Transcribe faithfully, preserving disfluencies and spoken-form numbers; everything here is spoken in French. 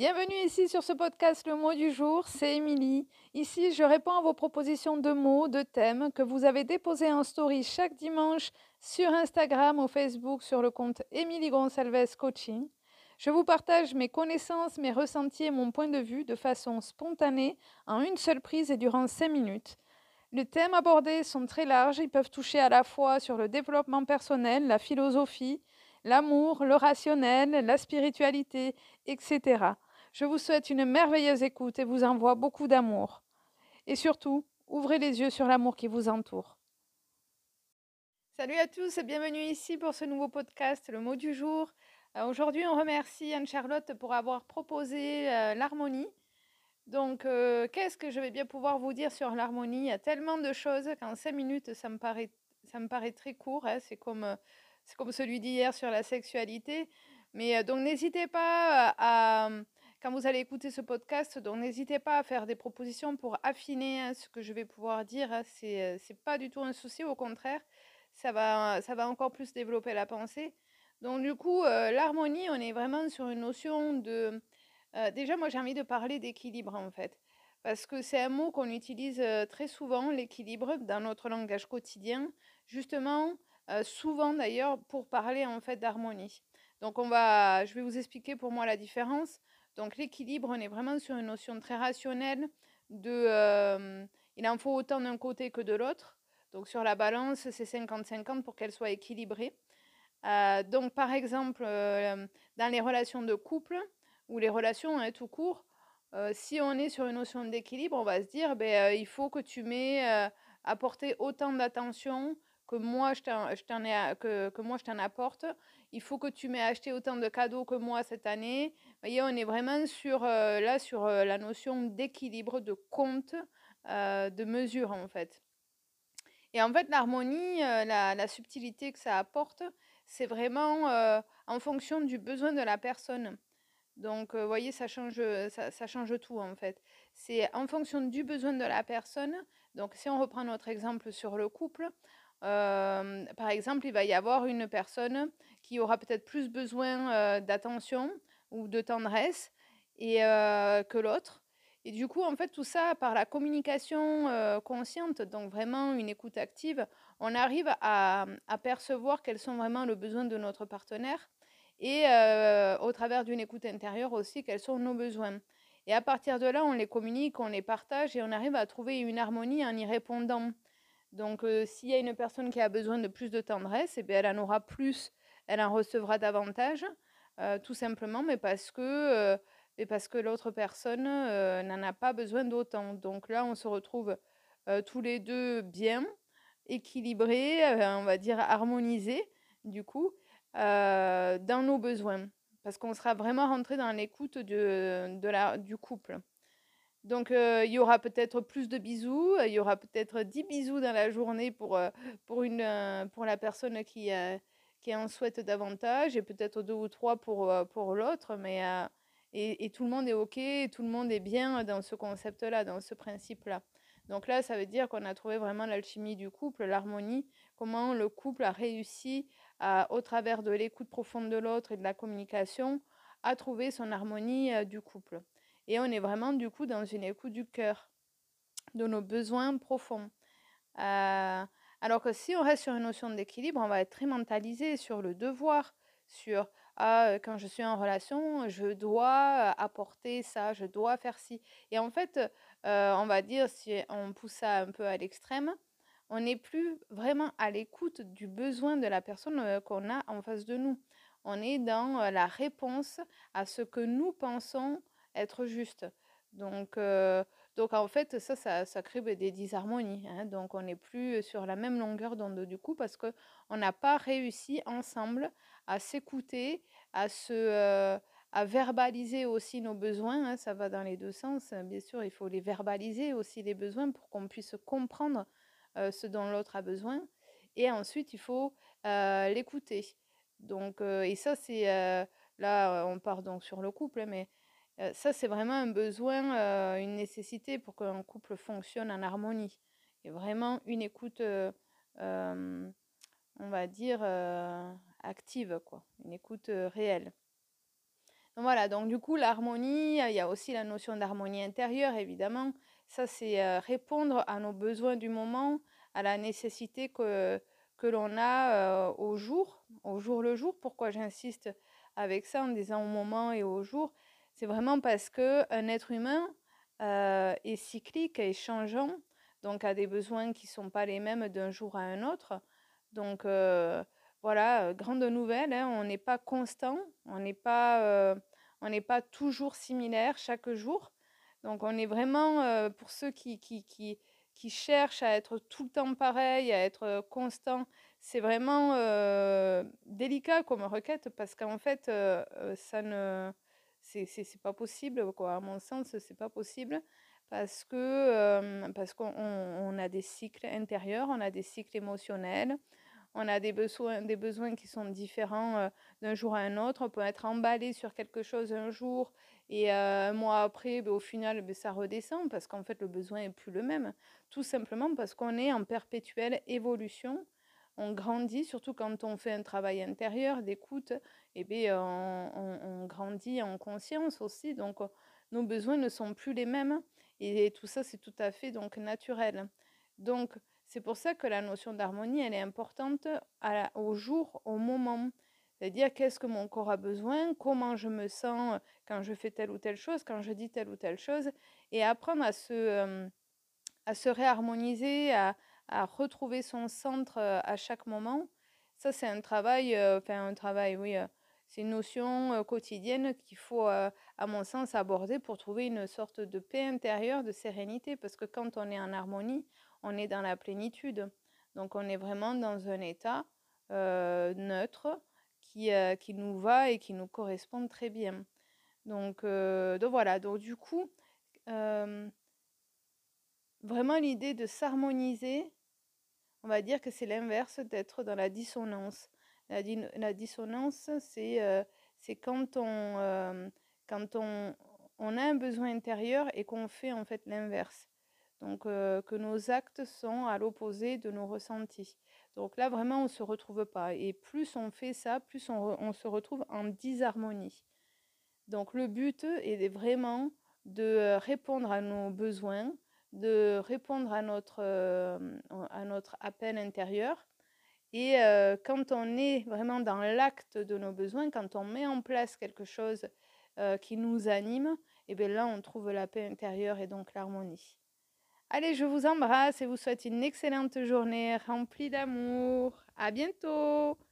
Bienvenue ici sur ce podcast Le mot du jour, c'est Émilie. Ici, je réponds à vos propositions de mots, de thèmes que vous avez déposés en story chaque dimanche sur Instagram ou Facebook sur le compte Émilie Gonçalves Coaching. Je vous partage mes connaissances, mes ressentis et mon point de vue de façon spontanée, en une seule prise et durant cinq minutes. Les thèmes abordés sont très larges, ils peuvent toucher à la fois sur le développement personnel, la philosophie, l'amour, le rationnel, la spiritualité, et cetera. Je vous souhaite une merveilleuse écoute et vous envoie beaucoup d'amour. Et surtout, ouvrez les yeux sur l'amour qui vous entoure. Salut à tous et bienvenue ici pour ce nouveau podcast, le mot du jour. Euh, Aujourd'hui, on remercie Anne-Charlotte pour avoir proposé euh, l'harmonie. Donc, euh, qu'est-ce que je vais bien pouvoir vous dire sur l'harmonie? Il y a tellement de choses qu'en cinq minutes, ça me paraît, ça me paraît très court. Hein. C'est comme, euh, c'est comme celui d'hier sur la sexualité. Mais euh, donc, n'hésitez pas à, à- quand vous allez écouter ce podcast, donc n'hésitez pas à faire des propositions pour affiner hein, ce que je vais pouvoir dire. Hein. C'est, euh, c'est pas du tout un souci, au contraire, ça va, ça va encore plus développer la pensée. Donc, du coup, euh, l'harmonie, on est vraiment sur une notion de Heu, déjà, moi, j'ai envie de parler d'équilibre, en fait, parce que c'est un mot qu'on utilise, heu, très souvent, l'équilibre, dans notre langage quotidien, justement, heu, souvent d'ailleurs pour parler, en fait, d'harmonie. Donc on va je vais vous expliquer pour moi la différence. Donc l'équilibre, on est vraiment sur une notion très rationnelle de, hem, il en faut autant d'un côté que de l'autre. Donc sur la balance, c'est cinquante cinquante pour qu'elle soit équilibrée. Heu, donc par exemple, hem, dans les relations de couple ou les relations, hein, tout court, heu, si on est sur une notion d'équilibre, on va se dire: ben heu, il faut que tu m'aies, heu, apporté autant d'attention que moi je t'en je t'en ai a que que moi je t'en apporte. Il faut que tu m'aies acheté autant de cadeaux que moi cette année». Vous voyez, on est vraiment sur, heu, là, sur, heu, la notion d'équilibre, de compte, heu, de mesure, en fait. Et en fait, l'harmonie, heu, la la subtilité que ça apporte, c'est vraiment, heu, en fonction du besoin de la personne. Donc, heu, vous voyez, ça change, heu, ça ça change tout, en fait. C'est en fonction du besoin de la personne. Donc si on reprend notre exemple sur le couple, hem, par exemple, il va y avoir une personne qui aura peut-être plus besoin, heu, d'attention ou de tendresse et heu, que l'autre. Et du coup, en fait, tout ça par la communication, heu, consciente, donc vraiment une écoute active, on arrive à, mmh, à percevoir quels sont vraiment le besoin de notre partenaire et heu, au travers d'une écoute intérieure aussi, quels sont nos besoins. Et à partir de là, on les communique, on les partage et on arrive à trouver une harmonie en y répondant. Donc, heu, s'il y a une personne qui a besoin de plus de tendresse et beh, elle en aura plus, elle en recevra davantage, heu, tout simplement, mais parce que, heu, et parce que l'autre personne, heu, n'en a pas besoin d'autant. Donc là, on se retrouve, heu, tous les deux bien, équilibrés, heu, on va dire harmonisés, du coup, heu, dans nos besoins. Parce qu'on sera vraiment rentré dans l'écoute de de la du couple. Donc, heu, il y aura peut-être plus de bisous, il y aura peut-être dix bisous dans la journée pour, heu, pour une, heu, pour la personne qui, heu, qui en souhaite davantage et peut-être deux ou trois pour, heu, pour l'autre, mais, heu et et tout le monde est OK, et tout le monde est bien dans ce concept-là, dans ce principe-là. Donc là, ça veut dire qu'on a trouvé vraiment l'alchimie du couple, l'harmonie, comment le couple a réussi à, au travers de l'écoute profonde de l'autre et de la communication, à trouver son harmonie, heu, du couple. Et on est vraiment du coup dans une écoute du cœur, de nos besoins profonds. Heu, alors que si on reste sur une notion d'équilibre, on va être très mentalisé sur le devoir, sur: «Ah, heu, quand je suis en relation, je dois, heu, apporter ça, je dois faire ci». Et en fait, heu, on va dire, si on pousse ça un peu à l'extrême, on n'est plus vraiment à l'écoute du besoin de la personne, heu, qu'on a en face de nous. On est dans, heu, la réponse à ce que nous pensons être juste. Donc heu donc en fait, ça ça ça crée, beh, des disharmonies, hein. Donc on n'est plus, sur la même longueur d'onde du coup parce que on n'a pas réussi ensemble à s'écouter, à se, heu, à verbaliser aussi nos besoins, hein. Ça va dans les deux sens, hein. Bien sûr, il faut les verbaliser aussi les besoins pour qu'on puisse comprendre, heu, ce dont l'autre a besoin et ensuite il faut, heu, l'écouter. Donc heu et ça c'est, heu, là, heu, on part donc sur le couple, hein, mais Heu, ça, c'est vraiment un besoin, heu, une nécessité pour qu'un couple fonctionne en harmonie et vraiment une écoute, heu, hem, on va dire, heu, active, quoi, une écoute, heu, réelle. Donc voilà, donc du coup, l'harmonie, il y a aussi la notion d'harmonie intérieure, évidemment. Ça, c'est euh, répondre à nos besoins du moment, à la nécessité que, que l'on a euh, au jour, au jour le jour. Pourquoi j'insiste avec ça en disant au moment et au jour? C'est vraiment parce que un être humain euh, est cyclique et changeant, donc a des besoins qui sont pas les mêmes d'un jour à un autre. Donc euh, voilà, euh, grande nouvelle, hein, on n'est pas constant, on n'est pas, euh, on n'est pas toujours similaire chaque jour. Donc on est vraiment, euh, pour ceux qui, qui, qui, qui cherchent à être tout le temps pareil, à être euh, constant, c'est vraiment euh, délicat comme requête parce qu'en fait, euh, euh, ça ne, c'est, c'est, c'est pas possible, quoi. À mon sens, c'est pas possible parce que, euh, parce qu'on on- on a des cycles intérieurs, on a des cycles émotionnels, on a des besoins, des besoins qui sont différents euh, d'un jour à un autre. On peut être emballé sur quelque chose un jour et euh, un mois après, ben, au final, ben, ça redescend parce qu'en fait, le besoin est plus le même. Tout simplement parce qu'on est en perpétuelle évolution. On grandit, surtout quand on fait un travail intérieur d'écoute, et bien, on, on- on grandit en conscience aussi. Donc, euh, nos besoins ne sont plus les mêmes. Et, tout ça, c'est tout à fait donc naturel. Donc, c'est pour ça que la notion d'harmonie, elle est importante à la- au jour, au moment. C'est-à-dire qu'est-ce que mon corps a besoin, comment je me sens quand je fais telle ou telle chose, quand je dis telle ou telle chose, et apprendre à se, euh, à se réharmoniser, à, à retrouver son centre euh, à chaque moment. Ça, c'est un travail, euh, enfin un travail, oui, euh, c'est une notion euh, quotidienne qu'il faut, euh, à mon sens, aborder pour trouver une sorte de paix intérieure, de sérénité, parce que quand on est en harmonie, on est dans la plénitude. Donc, on est vraiment dans un état euh, neutre qui, euh, qui nous va et qui nous correspond très bien. Donc, euh, donc voilà, donc du coup, euh, vraiment l'idée de s'harmoniser, on va dire que c'est l'inverse d'être dans la dissonance. La, din- la dissonance, c'est euh, c'est quand on, euh, quand on, on a un besoin intérieur et qu'on fait en fait l'inverse. Donc euh, que nos actes sont à l'opposé de nos ressentis. Donc là, vraiment, on ne se retrouve pas. Et plus on fait ça, plus on, re- on se retrouve en disharmonie. Donc le but est vraiment de euh, répondre à nos besoins, de répondre à notre, euh, à notre appel intérieur. Et euh, quand on est vraiment dans l'acte de nos besoins, quand on met en place quelque chose euh, qui nous anime, et bien là, on trouve la paix intérieure et donc l'harmonie. Allez, je vous embrasse et vous souhaite une excellente journée remplie d'amour. À bientôt!